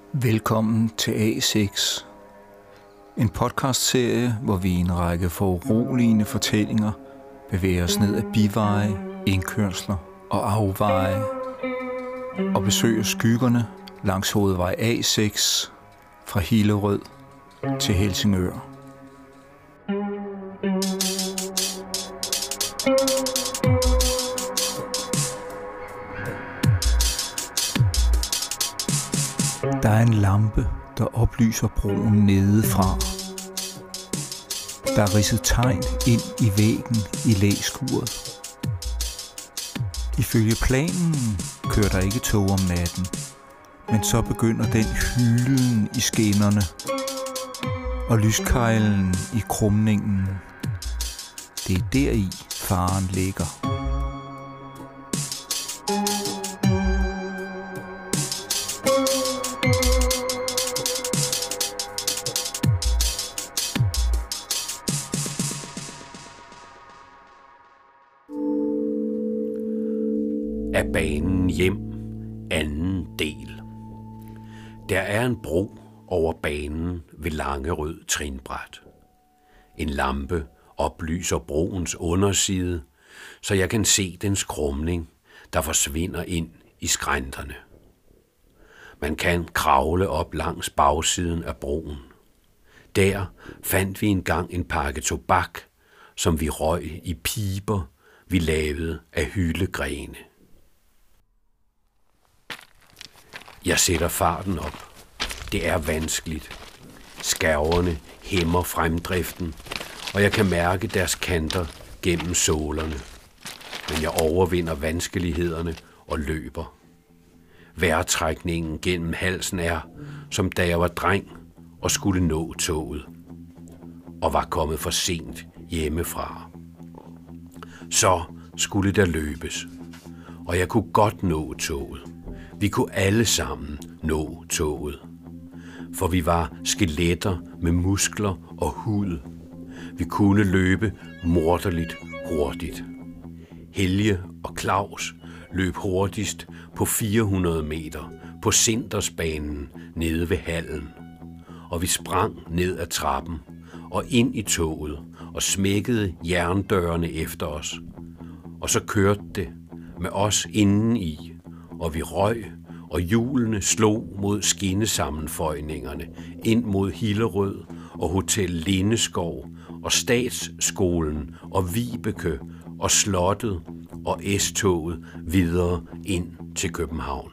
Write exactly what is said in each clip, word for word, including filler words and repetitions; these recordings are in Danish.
Velkommen til A seks, en podcastserie, hvor vi i en række foruroligende fortællinger bevæger os ned ad biveje, indkørsler og afveje og besøger skyggerne langs hovedvej A seks fra Hillerød til Helsingør. Der er en lampe, der oplyser broen nedefra. Der er ridset tegn ind i væggen i læskuret. Ifølge planen kører der ikke tog om natten, men så begynder den hylen i skinnerne og lyskejlen i krumningen. Det er deri faren ligger. Af banen hjem, anden del. Der er en bro over banen ved Langerød Trinbræt. En lampe oplyser broens underside, så jeg kan se dens krumning, der forsvinder ind i skrænterne. Man kan kravle op langs bagsiden af broen. Der fandt vi engang en pakke tobak, som vi røg i piber, vi lavede af hyldegrene. Jeg sætter farten op. Det er vanskeligt. Skærverne hæmmer fremdriften, og jeg kan mærke deres kanter gennem sålerne. Men jeg overvinder vanskelighederne og løber. Vejrtrækningen gennem halsen er, som da jeg var dreng og skulle nå toget, og var kommet for sent hjemmefra. Så skulle der løbes, og jeg kunne godt nå toget. Vi kunne alle sammen nå toget, for vi var skeletter med muskler og hud. Vi kunne løbe morderligt hurtigt. Helge og Claus løb hurtigst på fire hundrede meter på Sintersbanen nede ved hallen, og vi sprang ned ad trappen og ind i toget og smækkede jerndørene efter os, og så kørte det med os indeni, og vi røg, og hjulene slog mod skinnesammenføjningerne ind mod Hillerød og Hotel Lindeskov og Statsskolen og Vibeke og Slottet og S-toget videre ind til København.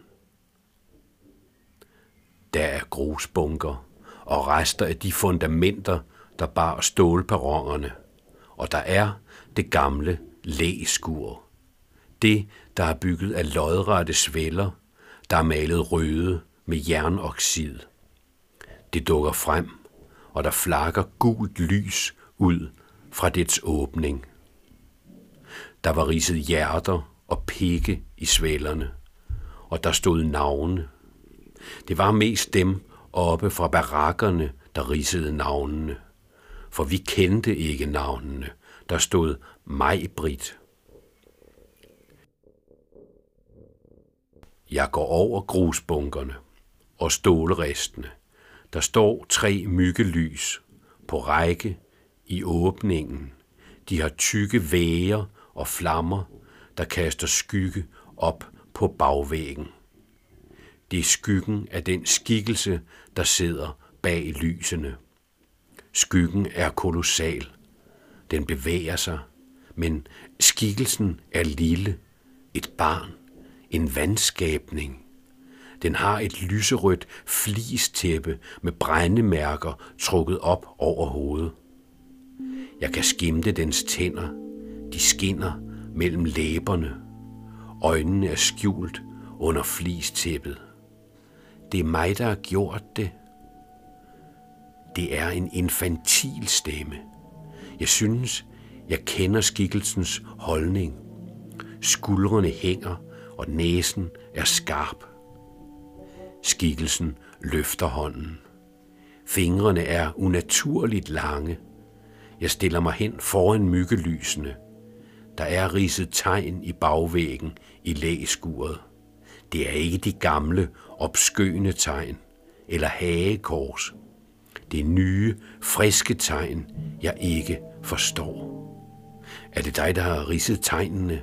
Der er grusbunker og rester af de fundamenter, der bar stålperronerne, og der er det gamle læskur. Det, der er bygget af lodrette svælder, der er malet røde med jernoxid. Det dukker frem, og der flakker gult lys ud fra dets åbning. Der var ridset hjerter og pigge i svællerne, og der stod navne. Det var mest dem oppe fra barakkerne, der ridsede navnene, for vi kendte ikke navnene. Der stod Maj-Brit. Jeg går over grusbunkerne og stålrestene. Der står tre myggelys på række i åbningen. De har tykke væger og flammer, der kaster skygge op på bagvæggen. Det er skyggen af den skikkelse, der sidder bag lysene. Skyggen er kolossal. Den bevæger sig, men skikkelsen er lille, et barn. En vandskabning. Den har et lyserødt flistæppe med brændemærker trukket op over hovedet. Jeg kan skimte dens tænder. De skinner mellem læberne. Øjnene er skjult under flistæppet. Det er mig, der har gjort det. Det er en infantil stemme. Jeg synes, jeg kender skikkelsens holdning. Skuldrene hænger, og næsen er skarp. Skikkelsen løfter hånden. Fingrene er unaturligt lange. Jeg stiller mig hen foran myggelysene. Der er ridset tegn i bagvæggen i læskuret. Det er ikke de gamle, opskøende tegn. eller hagekors. Det er nye, friske tegn, jeg ikke forstår. Er det dig, der har ridset tegnene?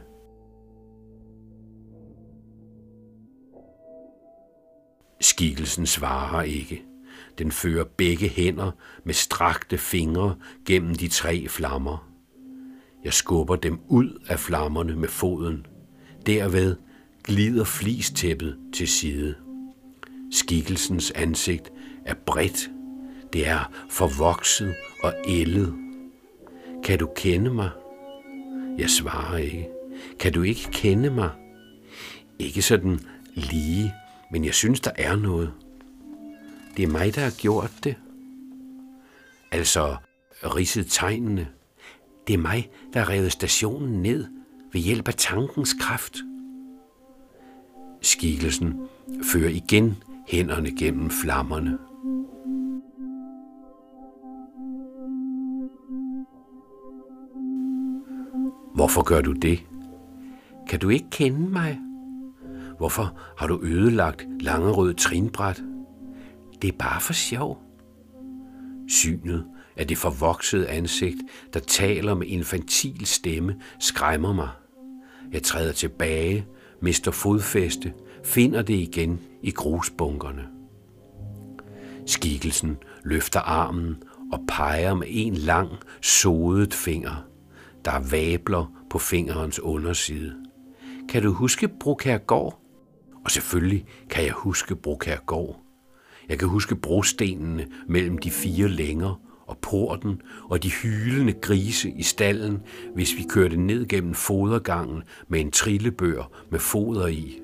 Skikkelsen svarer ikke. Den fører begge hænder med strakte fingre gennem de tre flammer. Jeg skubber dem ud af flammerne med foden. Derved glider flistæppet til side. Skikkelsens ansigt er bredt. Det er forvokset og ældet. Kan du kende mig? Jeg svarer ikke. Kan du ikke kende mig? Ikke sådan lige, men jeg synes, der er noget. Det er mig, der har gjort det. Altså ridset tegnene. Det er mig, der har revet stationen ned ved hjælp af tankens kraft. Skikkelsen fører igen hænderne gennem flammerne. Hvorfor gør du det? Kan du ikke kende mig? Hvorfor har du ødelagt Langerød trinbræt? Det er bare for sjov. Synet af det forvoksede ansigt, der taler med infantil stemme, skræmmer mig. Jeg træder tilbage, mister fodfæste, finder det igen i grusbunkerne. Skikkelsen løfter armen og peger med en lang, sodet finger. Der er vabler på fingerens underside. Kan du huske Brokærgård? Og selvfølgelig kan jeg huske Brokærgård. Jeg kan huske brostenene mellem de fire længer og porten og de hylende grise i stallen, hvis vi kørte ned gennem fodergangen med en trillebør med foder i.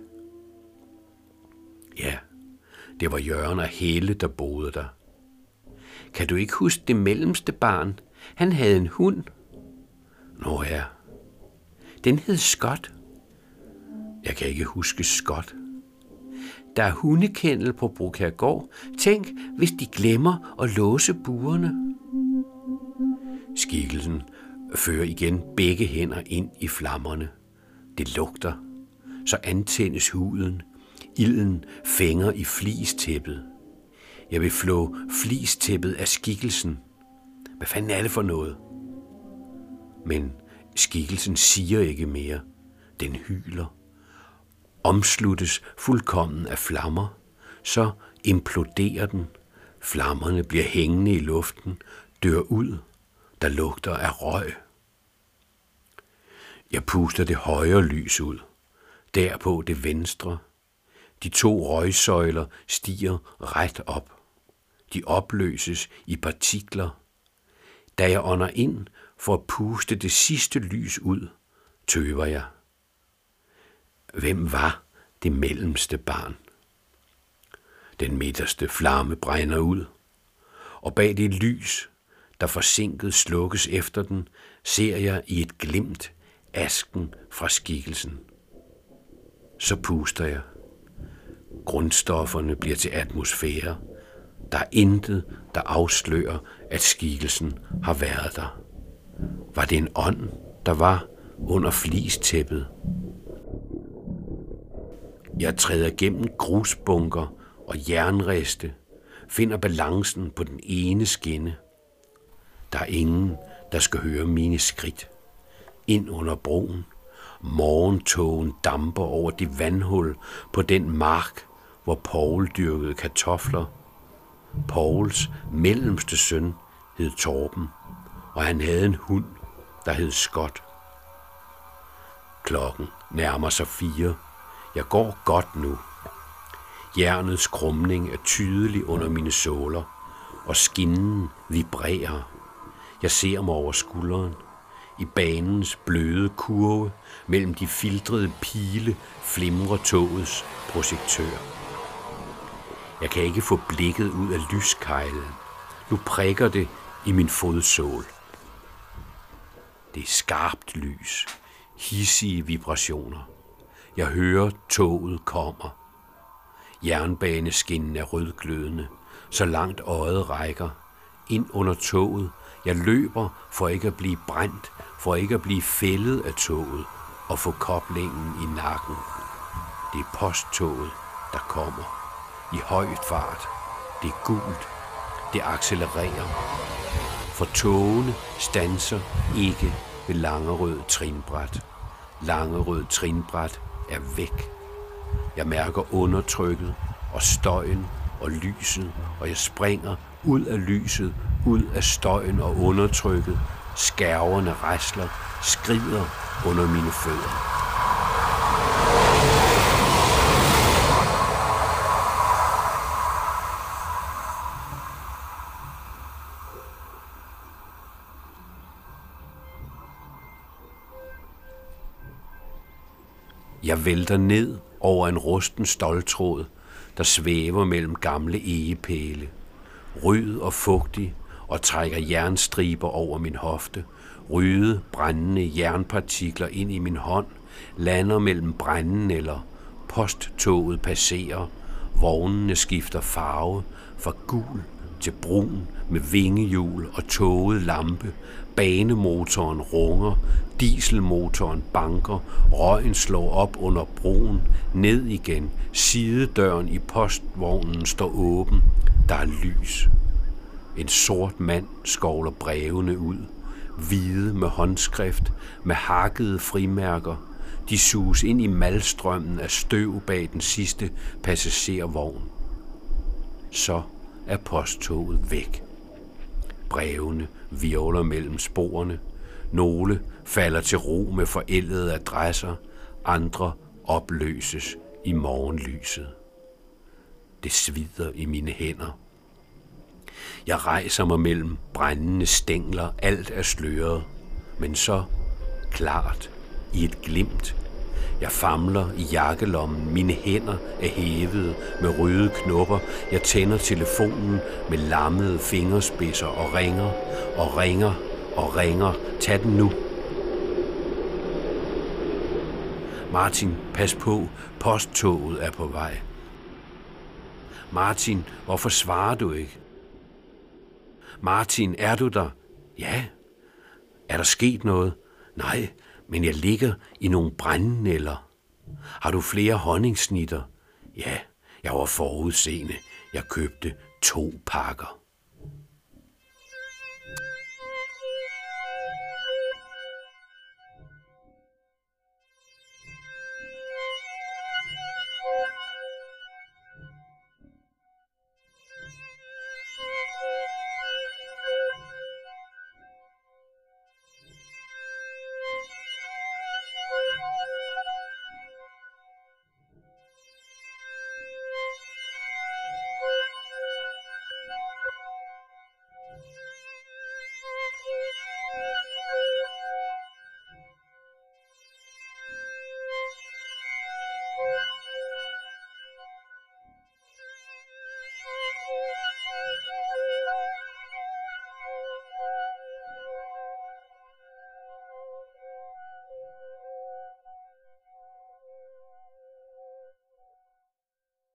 Ja, det var Jørgen og Helle, der boede der. Kan du ikke huske det mellemste barn? Han havde en hund. Nå ja, den hed Scott. Jeg kan ikke huske Scott. Der er hundekendel på Brokærgård. Tænk, hvis de glemmer at låse burene. Skikkelsen fører igen begge hænder ind i flammerne. Det lugter. Så antændes huden. Ilden fænger i flistæppet. Jeg vil flå flistæppet af skikkelsen. Hvad fanden er det for noget? Men skikkelsen siger ikke mere. Den hyler. Omsluttes fuldkommen af flammer, så imploderer den. Flammerne bliver hængende i luften, dør ud, der lugter af røg. Jeg puster det højre lys ud, derpå det venstre. De to røgsøjler stiger ret op. De opløses i partikler. Da jeg ånder ind for at puste det sidste lys ud, tøver jeg. Hvem var det mellemste barn? Den midterste flamme brænder ud, og bag det lys, der forsinket slukkes efter den, ser jeg i et glimt asken fra skikkelsen. Så puster jeg. Grundstofferne bliver til atmosfære. Der er intet, der afslører, at skikkelsen har været der. Var det en ånd, der var under flistæppet? Jeg træder gennem grusbunker og jernriste, finder balancen på den ene skinne. Der er ingen, der skal høre mine skridt. Ind under broen. Morgentogen damper over det vandhul på den mark, hvor Poul dyrkede kartofler. Pouls mellemste søn hed Torben, og han havde en hund, der hed Scott. Klokken nærmer sig fire. Jeg går godt nu. Jernets krumning er tydelig under mine såler, og skinnen vibrerer. Jeg ser mig over skulderen. I banens bløde kurve mellem de filtrede pile flimrer togets projektør. Jeg kan ikke få blikket ud af lyskejlen. Nu prikker det i min fodsål. Det er skarpt lys, hissige vibrationer. Jeg hører toget kommer. Jernbaneskinnen er rødglødende, så langt øjet rækker. Ind under toget. Jeg løber for ikke at blive brændt, for ikke at blive fældet af toget og få koblingen i nakken. Det er posttoget, der kommer i høj fart. Det er gult. Det accelererer. For togene standser ikke ved Langerød Trinbræt. Langerød Trinbræt er væk. Jeg mærker undertrykket og støjen og lyset, og jeg springer ud af lyset, ud af støjen og undertrykket. Skærverne rasler, skrider under mine fødder. Jeg vælter ned over en rusten ståltråd, der svæver mellem gamle egepæle. Rød og fugtig, og trækker jernstriber over min hofte. Røde, brændende jernpartikler ind i min hånd, lander mellem brændenælder. Posttoget passerer. Vognene skifter farve fra gul til brun med vingehjul og toget lampe. Banemotoren runger, dieselmotoren banker, røgen slår op under broen, ned igen. Sidedøren i postvognen står åben. Der er lys. En sort mand skovler brevene ud. Hvide med håndskrift, med hakkede frimærker. De suges ind i malstrømmen af støv bag den sidste passagervogn. Så er posttoget væk. Brevene hvirvler mellem sporene. Nogle falder til ro med forældede adresser. Andre opløses i morgenlyset. Det svider i mine hænder. Jeg rejser mig mellem brændende stængler. Alt er sløret. Men så klart i et glimt. Jeg famler i jakkelommen. Mine hænder er hævede med røde knopper. Jeg tænder telefonen med lammede fingerspidser og ringer og ringer og ringer. Tag den nu. Martin, pas på. Posttoget er på vej. Martin, hvorfor svarer du ikke? Martin, er du der? Ja. Er der sket noget? Nej, men jeg ligger i nogle brændenælder. Har du flere honningsnitter? Ja, jeg var forudseende. Jeg købte to pakker.